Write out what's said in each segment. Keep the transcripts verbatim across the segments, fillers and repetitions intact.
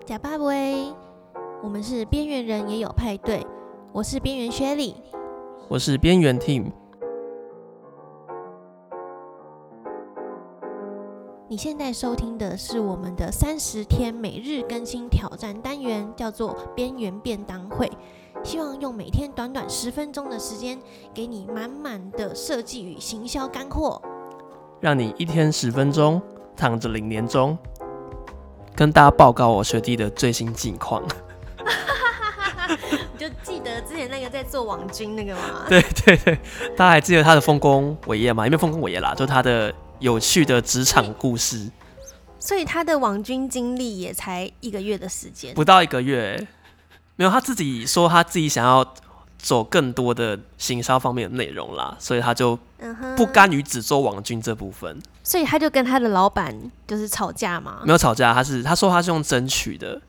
假巴威，我们是边缘人也有派对，我是边缘薛莉， 我是边缘 Team。 你现在收听的是我们的三十天每日更新挑战单元，叫做边缘便当会。希望用每天短短十分钟的时间，给你满满的设计与行销干货， 让你一天十分钟躺着领年终。跟大家报告我学弟的最新近况。 你就记得之前那个在做网军那个吗？ 对对对，大家还记得他的丰功伟业吗？也没有丰功伟业啦，就是他的有趣的职场故事。 所以他的网军经历也才一个月的时间， 不到一个月。没有，他自己说他自己想要走更多的行销方面的内容啦，所以他就不甘于只做网军这部分。 所以他就跟他的老板就是吵架嘛？ 没有吵架，他是他说他是用争取的。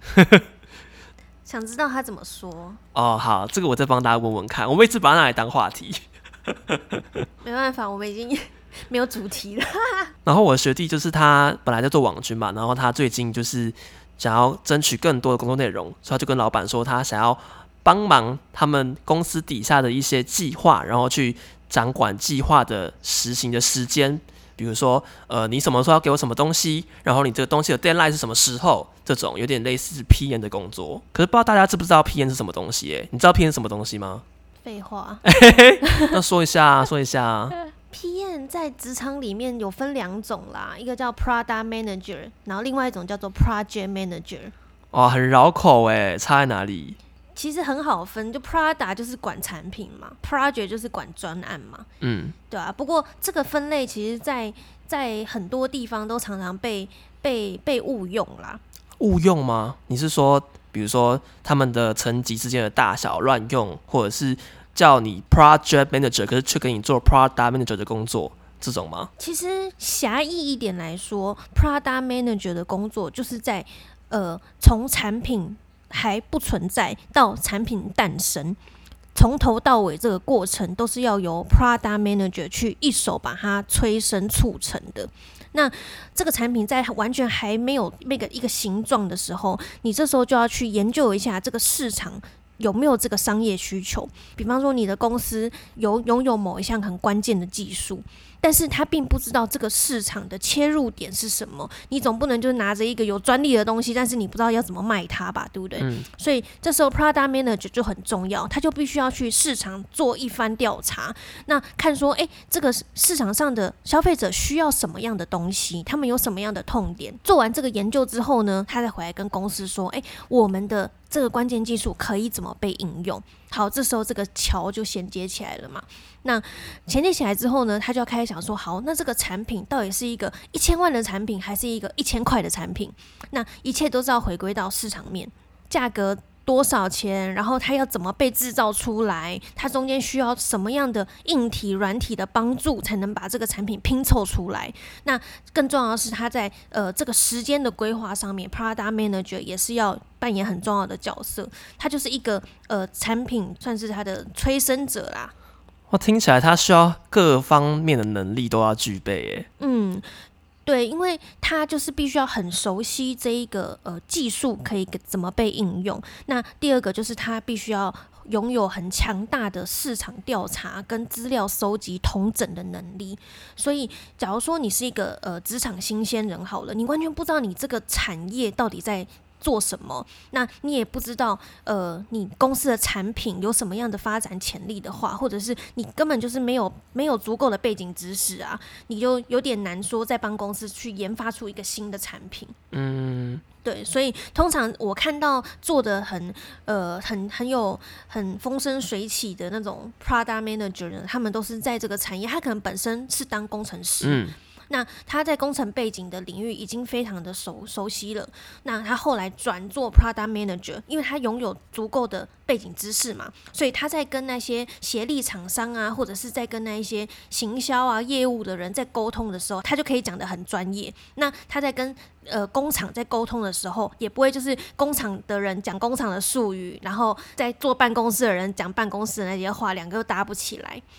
想知道他怎么说？ 哦，好，这个我再帮大家问问看。我们一直把它拿来当话题。 没办法，我们已经没有主题了。 然后我的学弟就是他本来在做网军嘛，然后他最近就是想要争取更多的工作内容，所以他就跟老板说他想要帮忙他们公司底下的一些计划，然后去掌管计划的实行的时间。比如说，呃，你什么时候要给我什么东西，然后你这个东西的 deadline 是什么时候，这种有点类似 P M 的工作。可是不知道大家知不知道 P M 是什么东西耶？你知道 P M 是什么东西吗？ 废话。 那说一下，说一下。 P M 在职场里面有分两种啦，一个叫 Product Manager， 然后另外一种叫做 Project Manager。 哦，很绕口哎，差在哪里？ 其实很好分，就 Product 就是管产品嘛 ，Project 就是管专案嘛，嗯，对啊。不过这个分类其实在在很多地方都常常被被被误用啦。 误用吗？你是说，比如说他们的层级之间的大小乱用，或者是叫你 Project Manager， 可是却给你做 Product Manager 的工作，这种吗？ 其实狭义一点来说 ，Product Manager 的工作就是在呃从产品还不存在到产品诞生，从头到尾这个过程都是要由 Product Manager 去一手把它催生促成的。那这个产品在完全还没有那个一个形状的时候，你这时候就要去研究一下这个市场有没有这个商业需求。比方说你的公司有拥有某一项很关键的技术，但是他并不知道这个市场的切入点是什么，你总不能就拿着一个有专利的东西，但是你不知道要怎么卖它吧，对不对？嗯、所以这时候 Product Manager 就很重要，他就必须要去市场做一番调查，那看说，哎，这个市场上的消费者需要什么样的东西，他们有什么样的痛点，做完这个研究之后呢，他再回来跟公司说，哎，我们的这个关键技术可以怎么被应用。好，这时候这个桥就衔接起来了嘛。那衔接起来之后呢，他就要开始想说，好，那这个产品到底是一个一千万的产品，还是一个一千块的产品？那一切都是要回归到市场面，价格多少钱，然后它要怎么被制造出来，它中间需要什么样的硬体软体的帮助才能把这个产品拼凑出来。那更重要的是它在呃这个时间的规划上面 Product Manager 也是要扮演很重要的角色，它就是一个呃产品算是它的催生者啦。 哇，听起来它需要各方面的能力都要具备耶。 嗯，对，因为他就是必须要很熟悉这一个呃技术可以怎么被应用。那第二个就是他必须要拥有很强大的市场调查跟资料搜集统整的能力。所以假如说你是一个呃职场新鲜人好了，你完全不知道你这个产业到底在做什么，那你也不知道呃你公司的产品有什么样的发展潜力的话，或者是你根本就是没有没有足够的背景知识啊，你就有点难说在帮公司去研发出一个新的产品。嗯，对，所以通常我看到做的很呃很很有很风生水起的那种 Product Manager 呢，他们都是在这个产业，他可能本身是当工程师。嗯，那他在工程背景的领域已经非常的熟熟悉了，那他后来转做 Product Manager， 因为他拥有足够的背景知识嘛，所以他在跟那些协力厂商啊，或者是在跟那一些行销啊业务的人在沟通的时候，他就可以讲得很专业。那他在跟呃工厂在沟通的时候，也不会就是工厂的人讲工厂的术语，然后在坐办公室的人讲办公室的那些话，两个都搭不起来。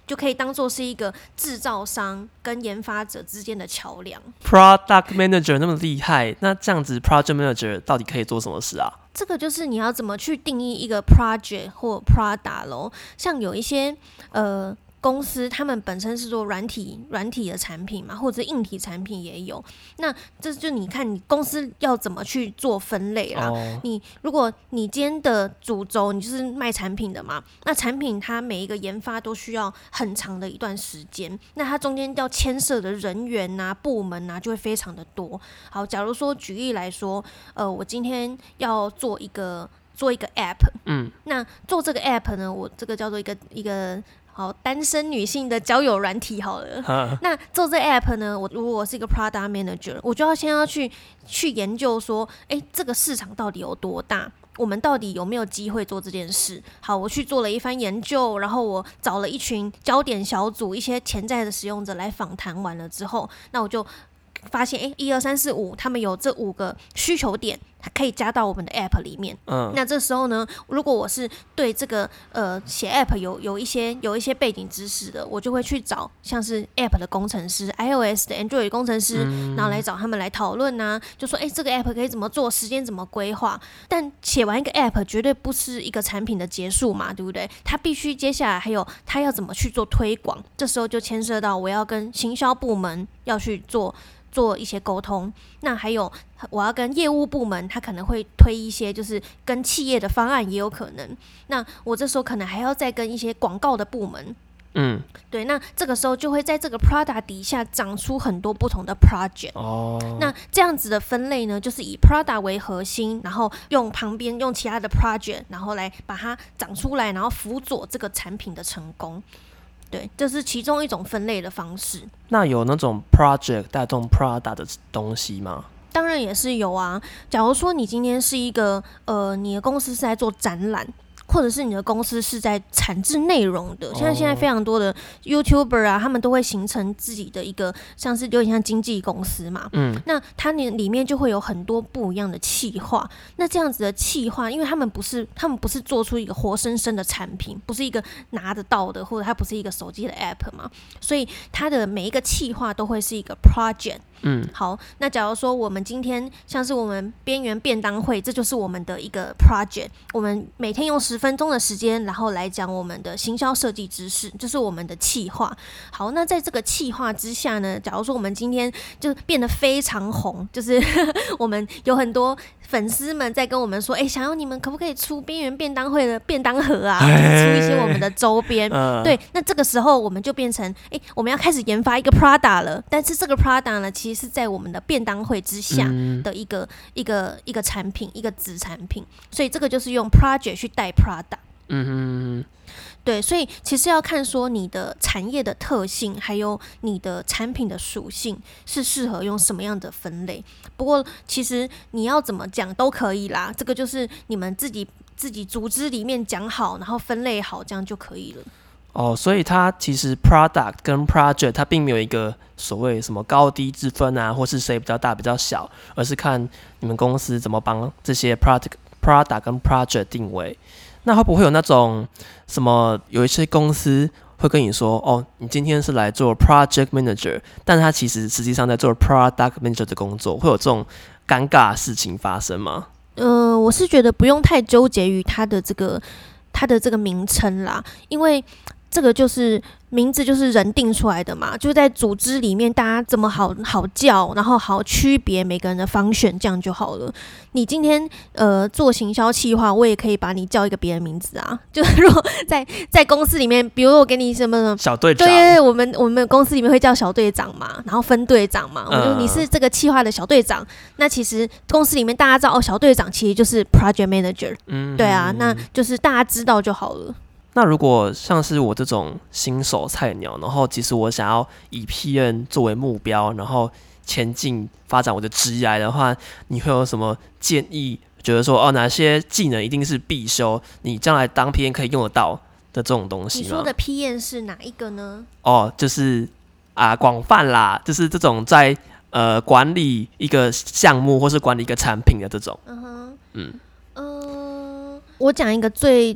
就可以当做是一个制造商跟研发者之间的桥梁。 Product Manager 那么厉害，那这样子 Project Manager 到底可以做什么事啊？ 这个就是你要怎么去定义一个 project 或 product 咯。像有一些呃公司，他们本身是做软体软体的产品嘛，或者硬体产品也有。那这就你看你公司要怎么去做分类啦。Oh. 你如果你今天的主轴你就是卖产品的嘛，那产品它每一个研发都需要很长的一段时间，那它中间要牵涉的人员啊、部门啊就会非常的多。好，假如说举例来说，呃，我今天要做一个做一个 app， 嗯，那做这个 app 呢，我这个叫做一个一个。好，单身女性的交友软体好了。那做这 app 呢，我如果我是一个 product manager， 我就要先要去去研究说，哎、欸，这个市场到底有多大？我们到底有没有机会做这件事？好，我去做了一番研究，然后我找了一群焦点小组，一些潜在的使用者来访谈完了之后，那我就发现，哎，一二三四五，他们有这五个需求点，它可以加到我们的 app 里面。嗯，那这时候呢，如果我是对这个呃写 app 有有一些有一些背景知识的，我就会去找像是 app 的工程师、iOS 的 Android 工程师，嗯、然后来找他们来讨论啊，就说，哎，这个 app 可以怎么做，时间怎么规划。但写完一个 app 绝对不是一个产品的结束嘛，对不对？它必须接下来还有它要怎么去做推广，这时候就牵涉到我要跟行销部门要去做。做一些沟通，那还有我要跟业务部门，他可能会推一些就是跟企业的方案也有可能。那我这时候可能还要再跟一些广告的部门，嗯，对，那这个时候就会在这个 product 底下长出很多不同的 project。哦，那这样子的分类呢，就是以 product 为核心，然后用旁边用其他的 project， 然后来把它长出来，然后辅佐这个产品的成功。对，这是其中一种分类的方式。 那有那种 project 带动 product 的东西吗？ 当然也是有啊。假如说你今天是一个呃，你的公司是在做展览，或者是你的公司是在产制内容的，像现在非常多的 YouTuber 啊，他们都会形成自己的一个像是有点像经纪公司嘛，嗯，那它里面就会有很多不一样的企划。那这样子的企划，因为他们不是他们不是做出一个活生生的产品，不是一个拿得到的，或者它不是一个手机的 app 嘛，所以它的每一个企划都会是一个 project。嗯，好，那假如说我们今天像是我们边缘便当会，这就是我们的一个 project， 我们每天用十分钟的时间，然后来讲我们的行销设计知识，这是我们的企划。好，那在这个企划之下呢，假如说我们今天就变得非常红，就是我们有很多粉丝们在跟我们说，哎、欸，想要你们可不可以出边缘便当会的便当盒啊，出一些我们的周边、呃。对，那这个时候我们就变成，哎、欸，我们要开始研发一个 Prada 了，但是这个 Prada 呢，其实是在我们的便当会之下的一个、嗯、一个一个产品，一个子产品，所以这个就是用 project 去带 Prada。嗯哼，对，所以其实要看说你的产业的特性，还有你的产品的属性是适合用什么样的分类。不过其实你要怎么讲都可以啦，这个就是你们自己自己组织里面讲好，然后分类好，这样就可以了。 哦，所以它其实 product 跟 project 它并没有一个所谓什么高低之分啊，或是谁比较大比较小，而是看你们公司怎么帮这些 product product 跟 project 定位。那会不会有那种什么有一些公司会跟你说，哦，你今天是来做 project manager， 但他其实实际上在做 product manager 的工作，会有这种尴尬的事情发生吗？ 呃，我是觉得不用太纠结于它的这个它的这个名称啦，因为这个就是名字就是人定出来的嘛，就在组织里面大家怎么好好叫，然后好区别每个人的function，这样就好了。你今天呃做行销企划，我也可以把你叫一个别的名字啊。就是如果在在公司里面，比如我给你什么小队长， 对对对，我们我们公司里面会叫小队长嘛，然后分队长嘛，我就你是这个企划的小队长。那其实公司里面大家知道哦，小队长其实就是 project manager，嗯，对啊，那就是大家知道就好了。 那如果像是我这种新手菜鸟，然后其实我想要以 P M 作为目标，然后前进发展我的职业的话，你会有什么建议？觉得说哦，哪些技能一定是必修，你将来当 P M 可以用得到的这种东西吗？ 你说的 P M 是哪一个呢？ 哦，就是啊，广泛啦，就是这种在呃管理一个项目或是管理一个产品的这种。嗯哼，嗯， 呃，我讲一个最。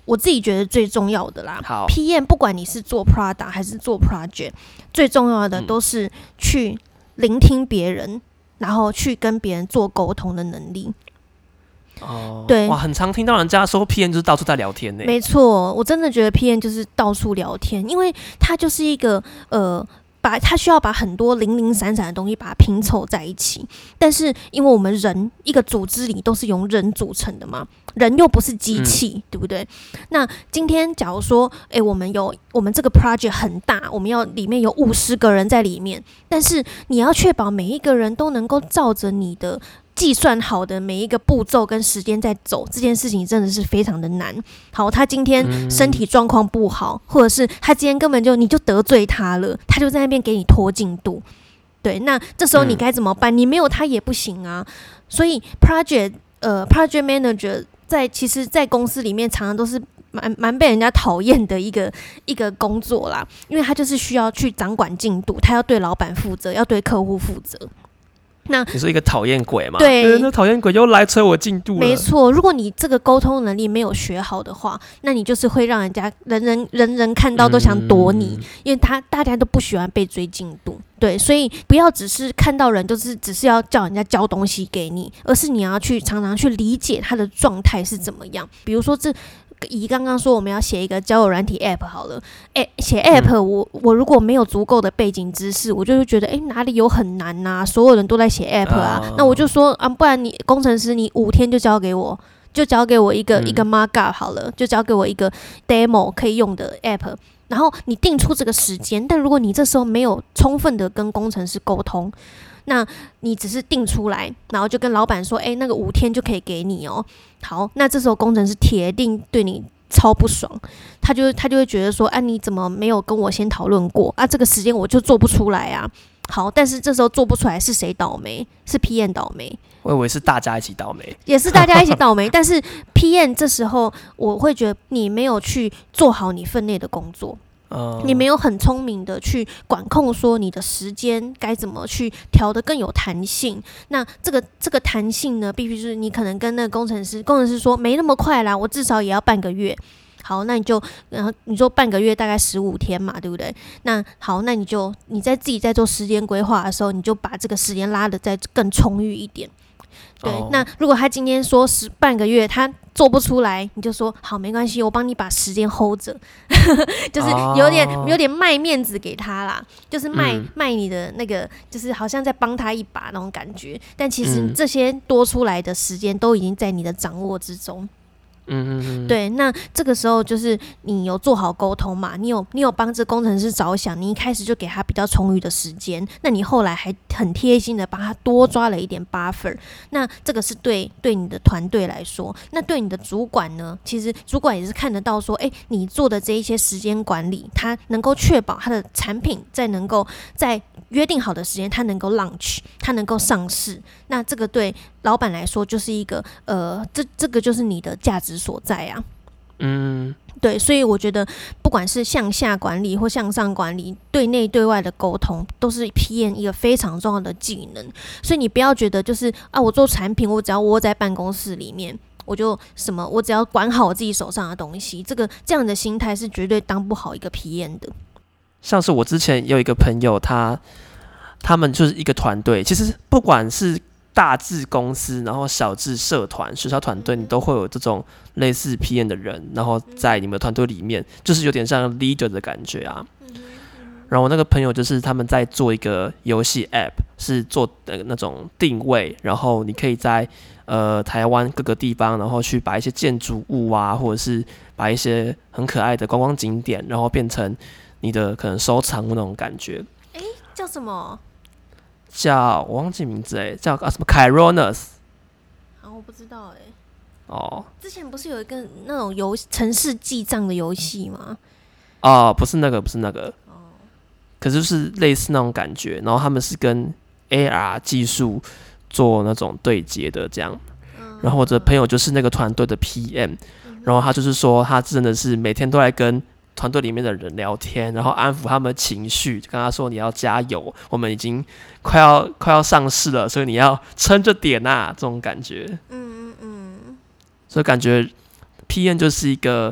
我自己觉得最重要的啦。 好 ，P M 不管你是做 product 还是做 project， 最重要的都是去聆听别人，然后去跟别人做沟通的能力。 哦， 对， 哇，很常听到人家说 P M 就是到处在聊天呢。 没错，我真的觉得 P M 就是到处聊天，因为他就是一个呃。把他需要把很多零零散散的东西把它拼凑在一起，但是因为我们人一个组织里都是由人组成的嘛，人又不是机器，嗯、对不对？那今天假如说，哎、欸，我们有我们这个 project 很大，我们要里面有五十个人在里面，但是你要确保每一个人都能够照着你的计算好的每一个步骤跟时间在走，这件事情真的是非常的难。好，他今天身体状况不好，或者是他今天根本就你就得罪他了，他就在那边给你拖进度。对，那这时候你该怎么办？你没有他也不行啊。所以 project 呃 project manager 在其实，在公司里面常常都是蛮蛮被人家讨厌的一个一个工作啦，因为他就是需要去掌管进度，他要对老板负责，要对客户负责。那你说一个讨厌鬼嘛？ 对， 那讨厌鬼又来催我进度了。 没错，如果你这个沟通能力没有学好的话，那你就是会让人家人人人人看到都想躲你，嗯、因为他大家都不喜欢被追进度。对，所以不要只是看到人就是只是要叫人家交东西给你，而是你要去常常去理解他的状态是怎么样。比如说这。以刚刚说我们要写一个交友软体 App 好了，哎，写 App 我我如果没有足够的背景知识，我就会觉得哎哪里有很难呐、啊，所有人都在写 App 啊，呃、那我就说啊，不然你工程师你五天就交给我，就交给我一个、嗯、一个 Markup 好了，就交给我一个 Demo 可以用的 App， 然后你定出这个时间，但如果你这时候没有充分的跟工程师沟通。那你只是定出来，然后就跟老板说，哎、欸，那个五天就可以给你哦。好，那这时候工程师铁定对你超不爽，他就他就会觉得说，啊，你怎么没有跟我先讨论过啊？这个时间我就做不出来啊。好，但是这时候做不出来是谁倒霉？是 P M 倒霉。 我以为是大家一起倒霉， 也是大家一起倒霉。但是 P M 这时候我会觉得你没有去做好你分内的工作。你没有很聪明的去管控说你的时间该怎么去调得更有弹性，那这个这个弹性呢，必须是你可能跟那个工程师工程师说没那么快啦，我至少也要半个月。好，那你就然后你说半个月大概十五天嘛，对不对？那好，那你就你在自己在做时间规划的时候，你就把这个时间拉得再更充裕一点。对，哦、那如果他今天说是半个月，他做不出来，你就说好，没关系，我帮你把时间 hold 着，就是有点、哦、有点卖面子给他啦，就是卖、嗯、卖你的那个，就是好像在帮他一把那种感觉。但其实这些多出来的时间都已经在你的掌握之中。 嗯嗯嗯， 对，那这个时候就是你有做好沟通嘛，你有你有帮这工程师着想，你一开始就给他比较充裕的时间，那你后来还很贴心的帮他多抓了一点 buffer， 那这个是对对你的团队来说，那对你的主管呢，其实主管也是看得到说，哎，你做的这一些时间管理，他能够确保他的产品在能够在约定好的时间，他能够 launch， 他能够上市，那这个对老板来说就是一个呃，这这个就是你的价值所在啊。 嗯， 对，所以我觉得不管是向下管理或向上管理，对内对外的沟通都是 P M 一个非常重要的技能。所以你不要觉得就是啊，我做产品，我只要窝在办公室里面，我就什么，我只要管好我自己手上的东西，这个这样的心态是绝对当不好一个 P M 的。 像是我之前有一个朋友，他他们就是一个团队，其实不管是大至公司，然后小至社团、学校团队，你都会有这种类似 P M 的人，然后在你们团队里面，就是有点像 leader 的感觉啊。然后我那个朋友就是他们在做一个游戏 App， 是做的那种定位，然后你可以在呃台湾各个地方，然后去把一些建筑物啊，或者是把一些很可爱的观光景点，然后变成你的可能收藏物那种感觉。 哎，叫什么？ 叫我忘记名字哎，叫啊什么 Kaironos。 啊，我不知道哎。 哦。 之前不是有一个那种游城市记账的游戏吗？ 哦，不是那个，不是那个。哦。可是就是类似那种感觉，然后他们是跟 A R 技术做那种对接的这样。嗯。然后我的朋友就是那个团队的 P M，嗯，然后他就是说他真的是每天都在跟团队里面的人聊天，然后安抚他们的情绪，就跟他说你要加油，我们已经快要快要上市了，所以你要撑着点啊，这种感觉。 嗯嗯嗯。 所以感觉 P M 就是一个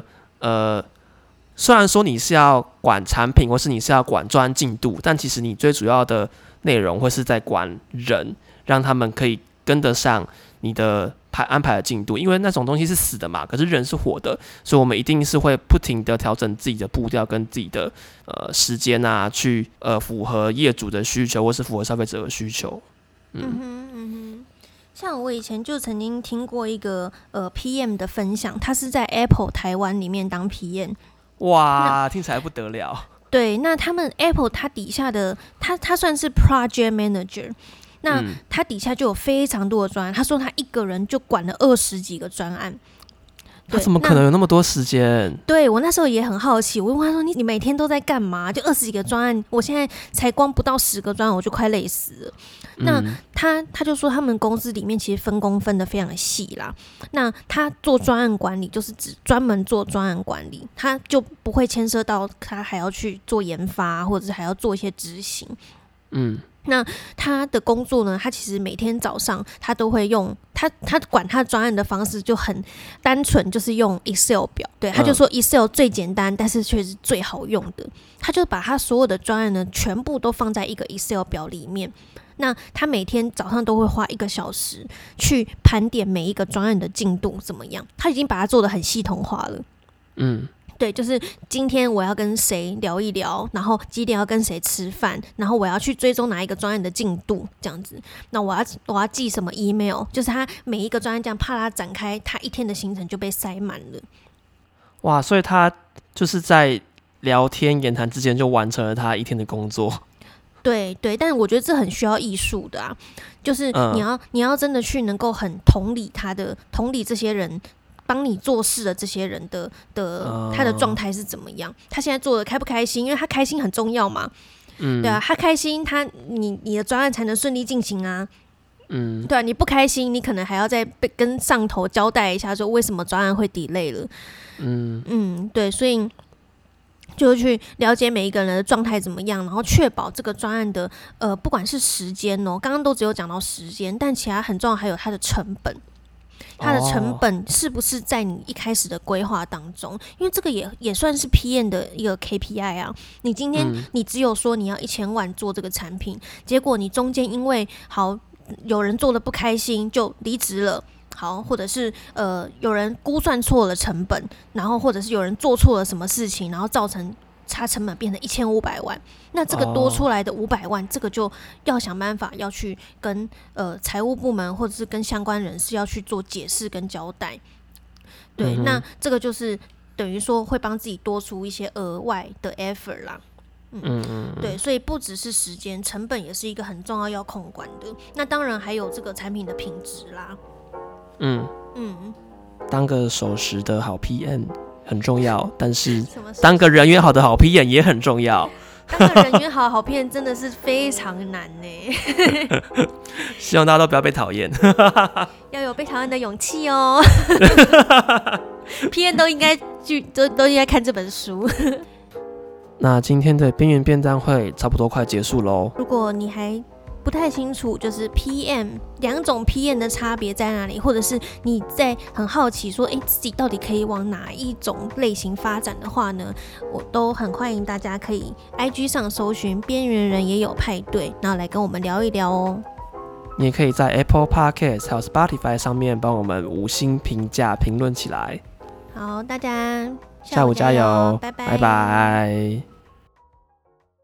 呃，虽然说你是要管产品，或是你是要管专案进度，但其实你最主要的内容会是在管人，让他们可以跟得上你的排安排的进度，因为那种东西是死的嘛，可是人是活的，所以我们一定是会不停的调整自己的步调跟自己的呃时间啊，去呃符合业主的需求，或是符合消费者的需求。嗯, 嗯哼嗯哼，像我以前就曾经听过一个呃 P M 的分享，他是在 Apple 台湾里面当 P M。 哇，听起来不得了。 对，那他们 Apple 它底下的他他算是 Project Manager。那他底下就有非常多的专案，他说他一个人就管了二十几个专案， 他怎么可能有那么多时间？ 对，我那时候也很好奇，我问他说：“你你每天都在干嘛？就二十几个专案，我现在才光不到十个专案，我就快累死了。嗯”那他他就说，他们公司里面其实分工分得非常的细啦。那他做专案管理，就是指专门做专案管理，他就不会牵涉到他还要去做研发，或者是还要做一些执行。嗯。那他的工作呢？他其实每天早上他都会用他他管他专案的方式就很单纯，就是用 Excel 表。对，他就说 Excel 最简单，但是却是最好用的。他就把他所有的专案呢，全部都放在一个 Excel 表里面。那他每天早上都会花一个小时去盘点每一个专案的进度怎么样。他已经把它做得很系统化了。嗯。对，就是今天我要跟谁聊一聊，然后几点要跟谁吃饭，然后我要去追踪哪一个专案的进度，这样子。那我要我要寄什么 email， 就是他每一个专案这样怕他展开，他一天的行程就被塞满了。 哇，所以他就是在聊天言谈之间就完成了他一天的工作。 对对，但我觉得这很需要艺术的啊，就是你要、嗯、你要真的去能够很同理他的同理这些人。帮你做事的这些人的的他的状态是怎么样？他现在做的开不开心？因为他开心很重要嘛。嗯，对啊，他开心，他你你的专案才能顺利进行啊。嗯，对啊，你不开心，你可能还要再跟上头交代一下，说为什么专案会 delay 了。嗯嗯，对，所以就去了解每一个人的状态怎么样，然后确保这个专案的呃，不管是时间哦，刚刚都只有讲到时间，但其他很重要还有它的成本。它的成本是不是在你一开始的规划当中？因为这个也也算是 P M 的一个 K P I 啊。你今天你只有说你要一千万做这个产品，结果你中间因为好有人做的不开心就离职了，好，或者是呃有人估算错了成本，然后或者是有人做错了什么事情，然后造成差成本变成一千五百万，那这个多出来的五百万， oh. 这个就要想办法要去跟呃财务部门或者是跟相关人士要去做解释跟交代。对，嗯、那这个就是等于说会帮自己多出一些额外的 effort 啦。嗯嗯嗯，对，所以不只是时间，成本也是一个很重要要控管的。那当然还有这个产品的品质啦。嗯嗯，当个守时的好 P M。很重要，但是当个人缘好的好 P M 也很重要。 当个人缘好的好 P M 真的是非常难呢。 希望大家都不要被讨厌， 要有被讨厌的勇气哦。P M 都应该去都都应该看这本书。 那今天的边缘便当会差不多快结束喽。 如果你还不太清楚，就是 P M 两种 P M 的差别在哪里，或者是你在很好奇说，哎，自己到底可以往哪一种类型发展的话呢，我都很欢迎大家可以 I G 上搜寻边缘人也有派对，然后来跟我们聊一聊哦。 你也可以在 Apple Podcast 还有 Spotify 上面帮我们五星评价评论起来。 好，大家下午加油， 拜拜。 拜拜。